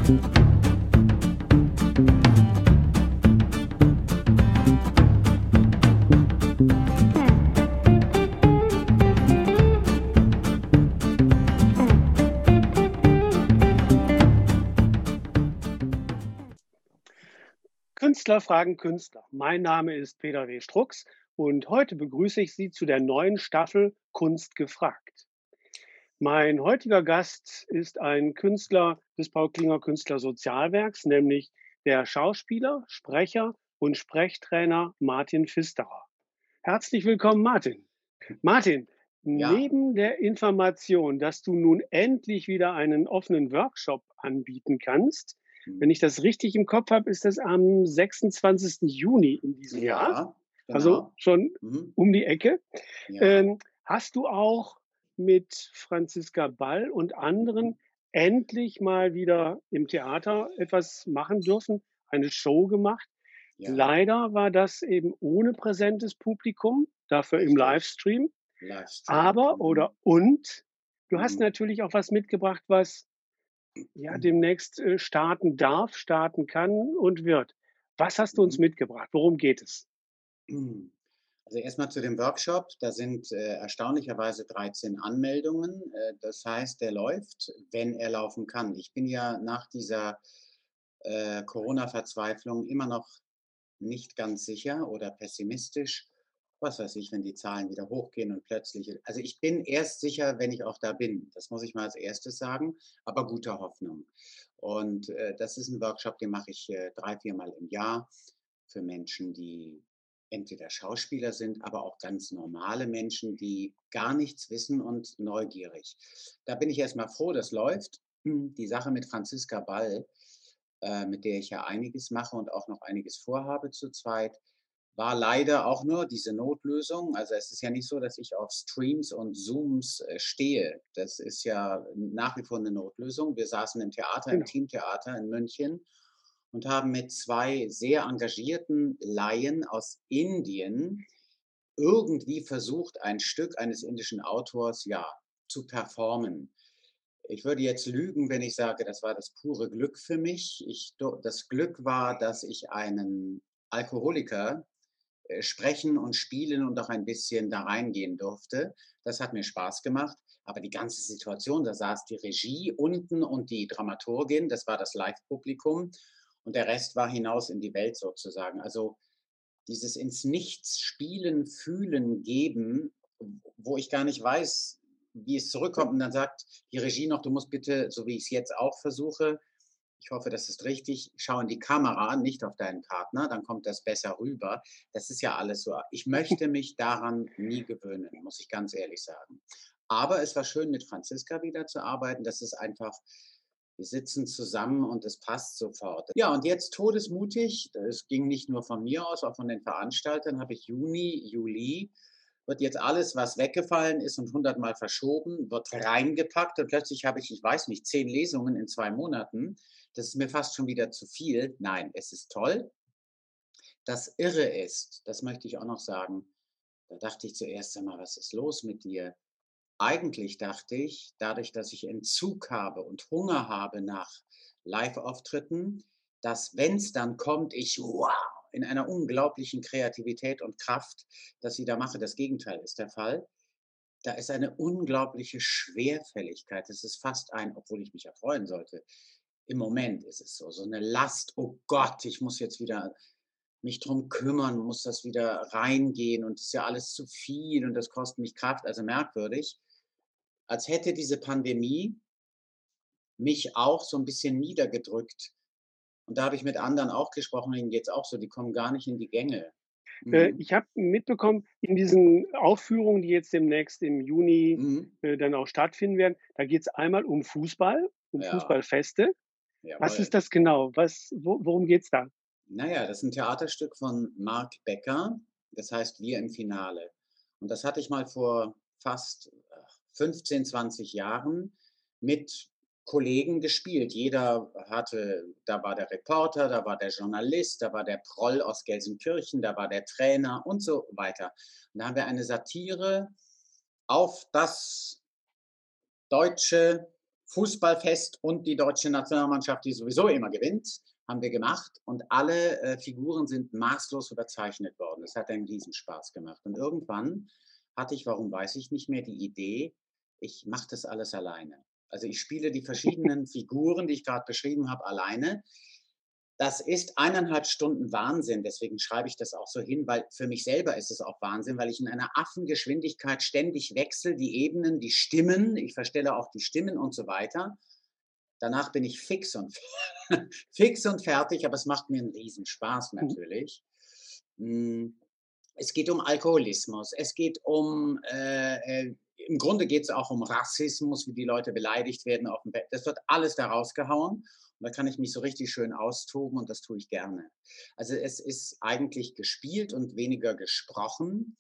Künstler fragen Künstler. Mein Name ist Peter W. Strux und heute begrüße ich Sie zu der neuen Staffel Kunst gefragt. Mein heutiger Gast ist ein Künstler des Paul-Klinger Künstlersozialwerks, nämlich der Schauspieler, Sprecher und Sprechtrainer Martin Pfisterer. Herzlich willkommen, Martin. Martin, Ja. neben der Information, dass du nun endlich wieder einen offenen Workshop anbieten kannst, wenn Mhm. ich das richtig im Kopf habe, ist das am 26. Juni in diesem Jahr, Ja, also genau. schon Mhm. um die Ecke. Ja. Hast du auch mit Franziska Ball und Mhm. anderen endlich mal wieder im Theater etwas machen dürfen, eine Show gemacht? Ja, Leider war das eben ohne präsentes Publikum, dafür im richtig. Livestream. Livestream. Aber Mhm. du hast Mhm. natürlich auch was mitgebracht, was ja demnächst, starten darf, starten kann und wird. Was hast du uns Mhm. mitgebracht? Worum geht es? Mhm. Also erstmal zu dem Workshop. Da sind erstaunlicherweise 13 Anmeldungen. Das heißt, der läuft, wenn er laufen kann. Ich bin ja nach dieser Corona-Verzweiflung immer noch nicht ganz sicher oder pessimistisch. Was weiß ich, wenn die Zahlen wieder hochgehen und plötzlich. Also ich bin erst sicher, wenn ich auch da bin. Das muss ich mal als erstes sagen, aber guter Hoffnung. Und das ist ein Workshop, den mache ich 3, 4 Mal im Jahr für Menschen, die entweder Schauspieler sind, aber auch ganz normale Menschen, die gar nichts wissen und neugierig. Da bin ich erst mal froh, das läuft. Die Sache mit Franziska Ball, mit der ich ja einiges mache und auch noch einiges vorhabe zu zweit, war leider auch nur diese Notlösung. Also, es ist ja nicht so, dass ich auf Streams und Zooms stehe. Das ist ja nach wie vor eine Notlösung. Wir saßen im Theater, im Genau. Teamtheater in München und haben mit 2 sehr engagierten Laien aus Indien irgendwie versucht, ein Stück eines indischen Autors, ja, zu performen. Ich würde jetzt lügen, wenn ich sage, das war das pure Glück für mich. Das Glück war, dass ich einen Alkoholiker sprechen und spielen und auch ein bisschen da reingehen durfte. Das hat mir Spaß gemacht. Aber die ganze Situation, da saß die Regie unten und die Dramaturgin, das war das Live-Publikum und der Rest war hinaus in die Welt sozusagen. Also dieses ins Nichts spielen, fühlen, geben, wo ich gar nicht weiß, wie es zurückkommt. Und dann sagt die Regie noch, du musst bitte, so wie ich es jetzt auch versuche, ich hoffe, das ist richtig, schau in die Kamera, nicht auf deinen Partner, dann kommt das besser rüber. Das ist ja alles so. Ich möchte mich daran nie gewöhnen, muss ich ganz ehrlich sagen. Aber es war schön, mit Franziska wieder zu arbeiten. Das ist einfach, wir sitzen zusammen und es passt sofort. Ja, und jetzt todesmutig, es ging nicht nur von mir aus, auch von den Veranstaltern, habe ich Juni, Juli, wird jetzt alles, was weggefallen ist und 100-mal verschoben, wird reingepackt und plötzlich habe ich weiß nicht, 10 Lesungen in 2 Monaten. Das ist mir fast schon wieder zu viel. Nein, es ist toll. Das Irre ist, das möchte ich auch noch sagen, da dachte ich zuerst einmal, was ist los mit dir? Eigentlich dachte ich, dadurch, dass ich Entzug habe und Hunger habe nach Live-Auftritten, dass, wenn es dann kommt, ich wow, in einer unglaublichen Kreativität und Kraft, dass ich da mache. Das Gegenteil ist der Fall. Da ist eine unglaubliche Schwerfälligkeit. Es ist fast ein, obwohl ich mich ja freuen sollte. Im Moment ist es so, so eine Last. Oh Gott, ich muss jetzt wieder mich drum kümmern, muss das wieder reingehen und das ist ja alles zu viel und das kostet mich Kraft. Also merkwürdig, als hätte diese Pandemie mich auch so ein bisschen niedergedrückt. Und da habe ich mit anderen auch gesprochen, denen geht's auch so, die kommen gar nicht in die Gänge. Mhm. Ich habe mitbekommen, in diesen Aufführungen, die jetzt demnächst im Juni, Mhm. dann auch stattfinden werden, da geht es einmal um Fußball, um Ja, Fußballfeste. Was ist jawohl. das genau? Worum geht's da? Na ja, das ist 'n Theaterstück von Marc Becker, das heißt „Wir im Finale“. Und das hatte ich mal vor fast, 15, 20 Jahren mit Kollegen gespielt. Jeder hatte, da war der Reporter, da war der Journalist, da war der Proll aus Gelsenkirchen, da war der Trainer und so weiter. Und da haben wir eine Satire auf das deutsche Fußballfest und die deutsche Nationalmannschaft, die sowieso immer gewinnt, haben wir gemacht und alle, Figuren sind maßlos überzeichnet worden. Es hat einen Riesenspaß gemacht. Und irgendwann hatte ich, warum weiß ich nicht mehr, die Idee, ich mache das alles alleine. Also, ich spiele die verschiedenen Figuren, die ich gerade beschrieben habe, alleine. Das ist 1,5 Stunden Wahnsinn, deswegen schreibe ich das auch so hin, weil für mich selber ist es auch Wahnsinn, weil ich in einer Affengeschwindigkeit ständig wechsle, die Ebenen, die Stimmen. Ich verstelle auch die Stimmen und so weiter. Danach bin ich fix und fix und fertig, aber es macht mir 'n Riesenspaß Mhm. natürlich. Hm, Es geht um Alkoholismus, es geht um, im Grunde geht's auch um Rassismus, wie die Leute beleidigt werden aufm Bett. Das wird alles da rausgehauen und da kann ich mich so richtig schön austoben und das tue ich gerne. Also, es ist eigentlich gespielt und weniger gesprochen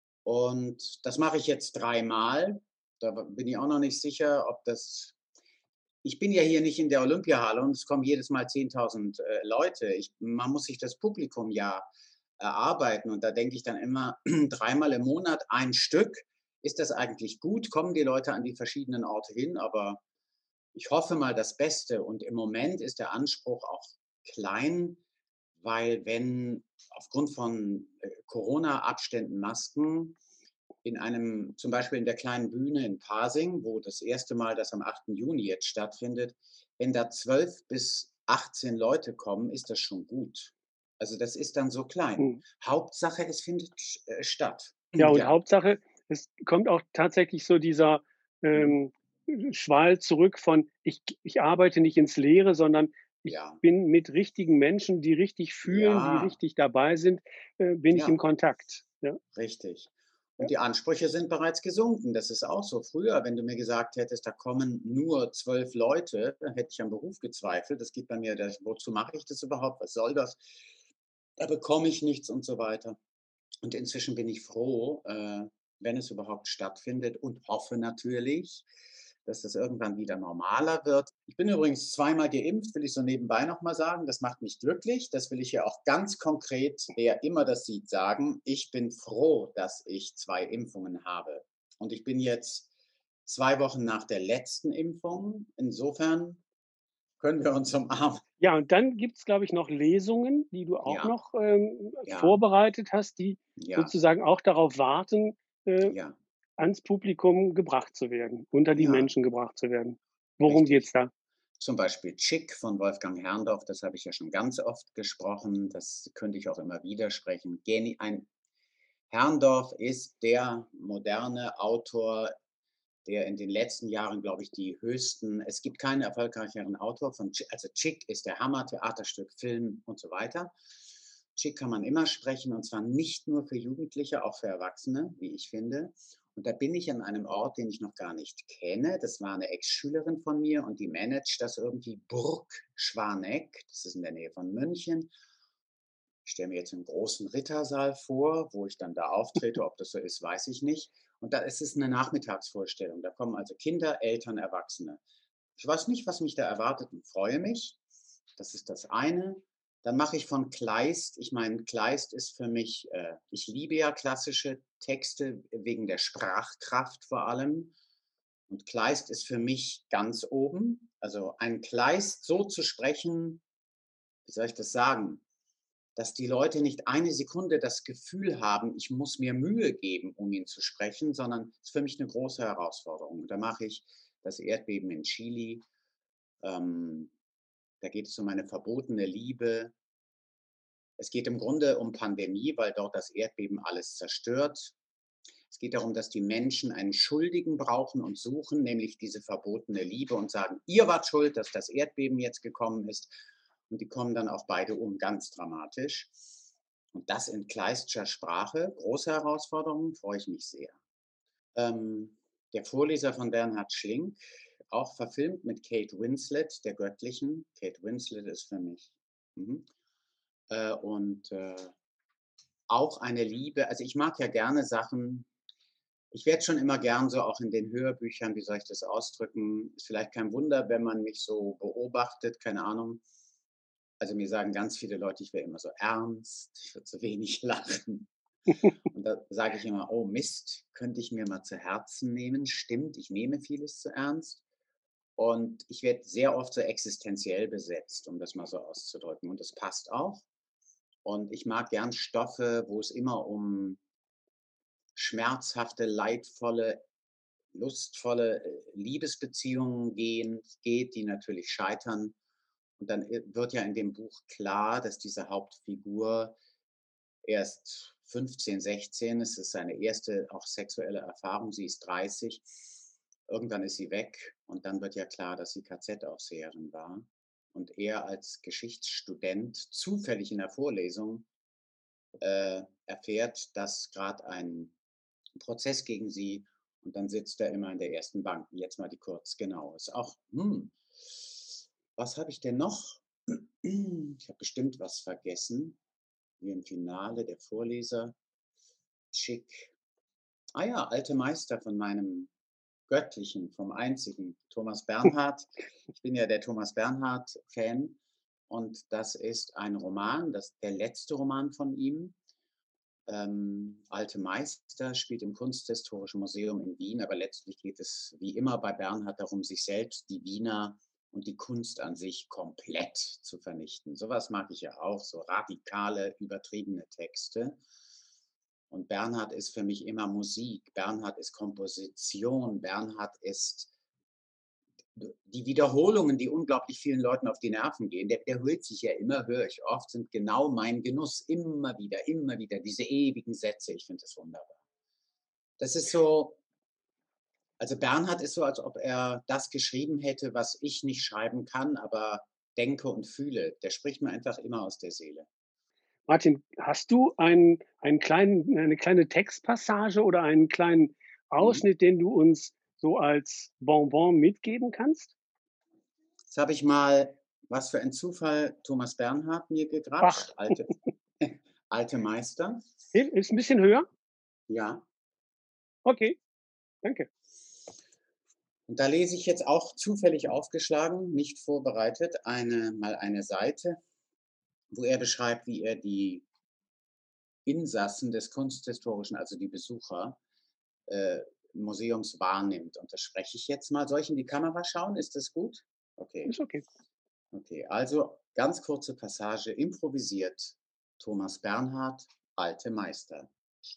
und das mache ich jetzt dreimal. Da bin ich auch noch nicht sicher, ob das ich bin ja hier nicht in der Olympiahalle und es kommen jedes Mal 10.000 Leute. Man muss sich das Publikum ja erarbeiten und da denke ich dann immer, dreimal im Monat ein Stück. Ist das eigentlich gut? Kommen die Leute an die verschiedenen Orte hin? Aber ich hoffe mal das Beste und im Moment ist der Anspruch auch klein, weil wenn aufgrund von, Corona-Abständen, Masken in einem zum Beispiel in der kleinen Bühne in Pasing, wo das erste Mal das am 8. Juni jetzt stattfindet, wenn da 12 bis 18 Leute kommen, ist das schon gut. Also, das ist dann so klein. Mhm. Hauptsache, es findet statt. Ja, und Ja. Hauptsache, es kommt auch tatsächlich so dieser, Mhm. ähm, Schwall zurück von: „Ich arbeite nicht ins Leere, sondern ich Ja. bin mit richtigen Menschen, die richtig fühlen, die Ja. richtig dabei sind, bin ich im Ja. Kontakt." Ja, Richtig. ja. Und die Ansprüche sind bereits gesunken. Das ist auch so. Früher, wenn du mir gesagt hättest, da kommen nur 12 Leute, dann hätte ich am Beruf gezweifelt. Das geht bei mir, wozu mache ich das überhaupt? Was soll das? Da bekomme ich nichts und so weiter. Und inzwischen bin ich froh, wenn es überhaupt stattfindet und hoffe natürlich, dass das irgendwann wieder normaler wird. Ich bin übrigens zweimal geimpft, will ich so nebenbei noch mal sagen. Das macht mich glücklich. Das will ich ja auch ganz konkret, wer immer das sieht, sagen. Ich bin froh, dass ich 2 Impfungen habe. Und ich bin jetzt 2 Wochen nach der letzten Impfung. Insofern können wir uns umarmen. Ja, und dann gibt's, glaube ich, noch Lesungen, die du auch Ja, noch, ja, vorbereitet hast, die ja, sozusagen auch darauf warten, ja, ans Publikum gebracht zu werden, unter die ja, Menschen gebracht zu werden. Worum geht's richtig. da? Zum Beispiel Chick von Wolfgang Herrndorff, das habe ich ja schon ganz oft gesprochen, das könnte ich auch immer wieder sprechen. Herrndorff ist der moderne Autor, der in den letzten Jahren, glaube ich, die höchsten es gibt keinen erfolgreicheren Autor von also Chick ist der Hammer, Theaterstück, Film und so weiter. Chick kann man immer sprechen und zwar nicht nur für Jugendliche, auch für Erwachsene, wie ich finde. Und da bin ich an einem Ort, den ich noch gar nicht kenne. Das war eine Ex-Schülerin von mir und die managt das irgendwie, Burg Schwaneck, das ist in der Nähe von München. Ich stelle mir jetzt einen großen Rittersaal vor, wo ich dann da auftrete. Ob das so ist, weiß ich nicht. Und da ist es eine Nachmittagsvorstellung. Da kommen also Kinder, Eltern, Erwachsene. Ich weiß nicht, was mich da erwartet und freue mich. Das ist das eine. Dann mache ich von Kleist ich meine, Kleist ist für mich ich liebe ja klassische Texte wegen der Sprachkraft vor allem. Und Kleist ist für mich ganz oben. Also, ein Kleist so zu sprechen, wie soll ich das sagen? Dass die Leute nicht eine Sekunde das Gefühl haben, ich muss mir Mühe geben, um ihn zu sprechen, sondern es ist für mich eine große Herausforderung. Da mache ich das Erdbeben in Chile, ähm, da geht es um eine verbotene Liebe. Es geht im Grunde um Pandemie, weil dort das Erdbeben alles zerstört. Es geht darum, dass die Menschen einen Schuldigen brauchen und suchen, nämlich diese verbotene Liebe und sagen: „Ihr wart schuld, dass das Erdbeben jetzt gekommen ist.“ Und die kommen dann auch beide um, ganz dramatisch. Und das in Kleistscher Sprache, große Herausforderung, freue ich mich sehr. Der Vorleser von Bernhard Schlink, auch verfilmt mit Kate Winslet, der Göttlichen. Kate Winslet ist für mich mhm. Und, auch eine Liebe also, ich mag ja gerne Sachen ich werde schon immer gern so auch in den Hörbüchern, wie soll ich das ausdrücken? Ist vielleicht kein Wunder, wenn man mich so beobachtet, keine Ahnung. Also, mir sagen ganz viele Leute, ich wäre immer so ernst, ich würde zu wenig lachen. Und da sage ich immer: „Oh Mist, könnte ich mir mal zu Herzen nehmen. Stimmt, ich nehme vieles zu ernst.“ Und ich werde sehr oft so existenziell besetzt, um das mal so auszudrücken. Und das passt auch. Und ich mag gern Stoffe, wo es immer um schmerzhafte, leidvolle, lustvolle, Liebesbeziehungen geht, die natürlich scheitern. Und dann wird ja in dem Buch klar, dass diese Hauptfigur erst 15, 16 ist. Es ist seine erste auch sexuelle Erfahrung. Sie ist 30. Irgendwann ist sie weg und dann wird ja klar, dass sie KZ-Aufseherin war. Und er als Geschichtsstudent zufällig in der Vorlesung erfährt, dass gerade ein Prozess gegen sie und dann sitzt er immer in der ersten Bank. Jetzt mal die kurz, genau. Ist auch, was habe ich denn noch? Ich habe bestimmt was vergessen. Hier im Finale der Vorleser. Schick. Ah ja, Alte Meister von meinem Göttlichen, vom einzigen Thomas Bernhard. Ich bin ja der Thomas Bernhard-Fan und das ist ein Roman, der letzte Roman von ihm. Alte Meister spielt im Kunsthistorischen Museum in Wien, aber letztlich geht es wie immer bei Bernhard darum, sich selbst, die Wiener und die Kunst an sich komplett zu vernichten. Sowas mag ich ja auch, so radikale, übertriebene Texte. Und Bernhard ist für mich immer Musik, Bernhard ist Komposition, Bernhard ist die Wiederholungen, die unglaublich vielen Leuten auf die Nerven gehen. Der wiederholt sich ja immer, höre ich oft, sind genau mein Genuss. Immer wieder diese ewigen Sätze. Ich finde das wunderbar. Das ist so, also Bernhard ist so, als ob er das geschrieben hätte, was ich nicht schreiben kann, aber denke und fühle. Der spricht mir einfach immer aus der Seele. Martin, hast du eine kleine Textpassage oder einen kleinen Mhm. Ausschnitt, den du uns so als Bonbon mitgeben kannst? Jetzt habe ich mal, was für ein Zufall, Thomas Bernhard mir Ach, gegrapscht, alte Meister. ist 'n bisschen höher? Ja, Okay, danke. und da lese ich jetzt auch zufällig aufgeschlagen, nicht vorbereitet, eine Seite, wo er beschreibt, wie er die Insassen des Kunsthistorischen, also die Besucher, äh, Museums wahrnimmt. Und das spreche ich jetzt mal. Soll ich in die Kamera schauen? Ist das gut? Okay, Ist okay. okay. Also ganz kurze Passage, improvisiert. Thomas Bernhard, Alte Meister.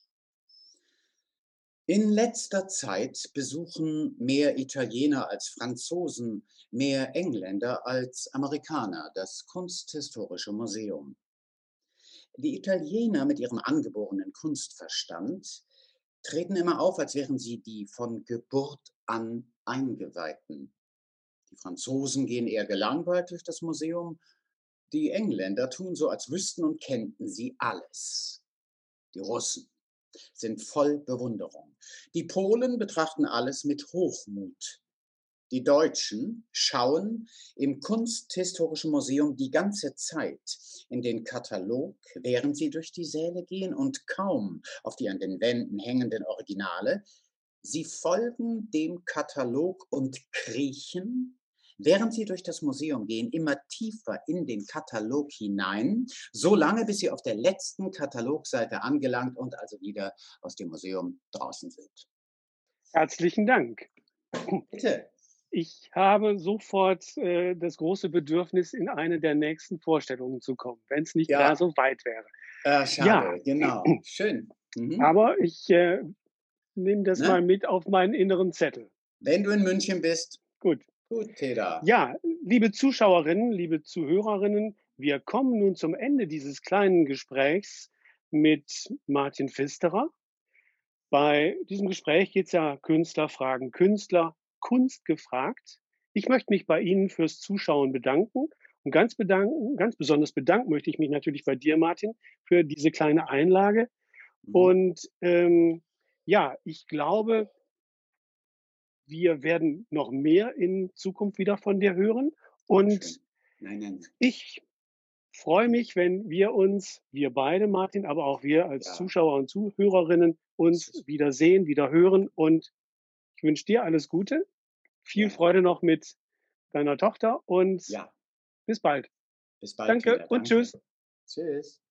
In letzter Zeit besuchen mehr Italiener als Franzosen, mehr Engländer als Amerikaner das Kunsthistorische Museum. Die Italiener mit ihrem angeborenen Kunstverstand treten immer auf, als wären sie die von Geburt an Eingeweihten. Die Franzosen gehen eher gelangweilt durch das Museum, die Engländer tun so, als wüssten und kennten sie alles. Die Russen sind voll Bewunderung. Die Polen betrachten alles mit Hochmut. Die Deutschen schauen im Kunsthistorischen Museum die ganze Zeit in den Katalog, während sie durch die Säle gehen und kaum auf die an den Wänden hängenden Originale. Sie folgen dem Katalog und kriechen, während sie durch das Museum gehen, immer tiefer in den Katalog hinein, so lange, bis sie auf der letzten Katalogseite angelangt und also wieder aus dem Museum draußen sind. Herzlichen Dank. Bitte. Ich habe sofort, das große Bedürfnis, in eine der nächsten Vorstellungen zu kommen, wenn's nicht gar Ja, so weit wäre. Ja, schade, genau. Schön. Mhm. aber ich, nehme das mal Ne? mit auf meinen inneren Zettel. Wenn du in München bist. Gut. Gut, Peter. Ja, liebe Zuschauerinnen, liebe Zuhörerinnen, wir kommen nun zum Ende dieses kleinen Gesprächs mit Martin Pfisterer. Bei diesem Gespräch geht es ja Künstler fragen Künstler, Kunst gefragt. Ich möchte mich bei Ihnen fürs Zuschauen bedanken und ganz besonders bedanken möchte ich mich natürlich bei dir, Martin, für diese kleine Einlage. Mhm. Und, ja, ich glaube, wir werden noch mehr in Zukunft wieder von dir hören. Und Dankeschön. Nein, nein. ich freue mich, wenn wir beide, Martin, aber auch wir als Ja, Zuschauer und Zuhörerinnen das uns ist wieder sehen, wieder hören. Und ich wünsche dir alles Gute, viel ja, Freude noch mit deiner Tochter und ja. bis bald. Bis bald, Danke Peter. und Danke. tschüss. Tschüss.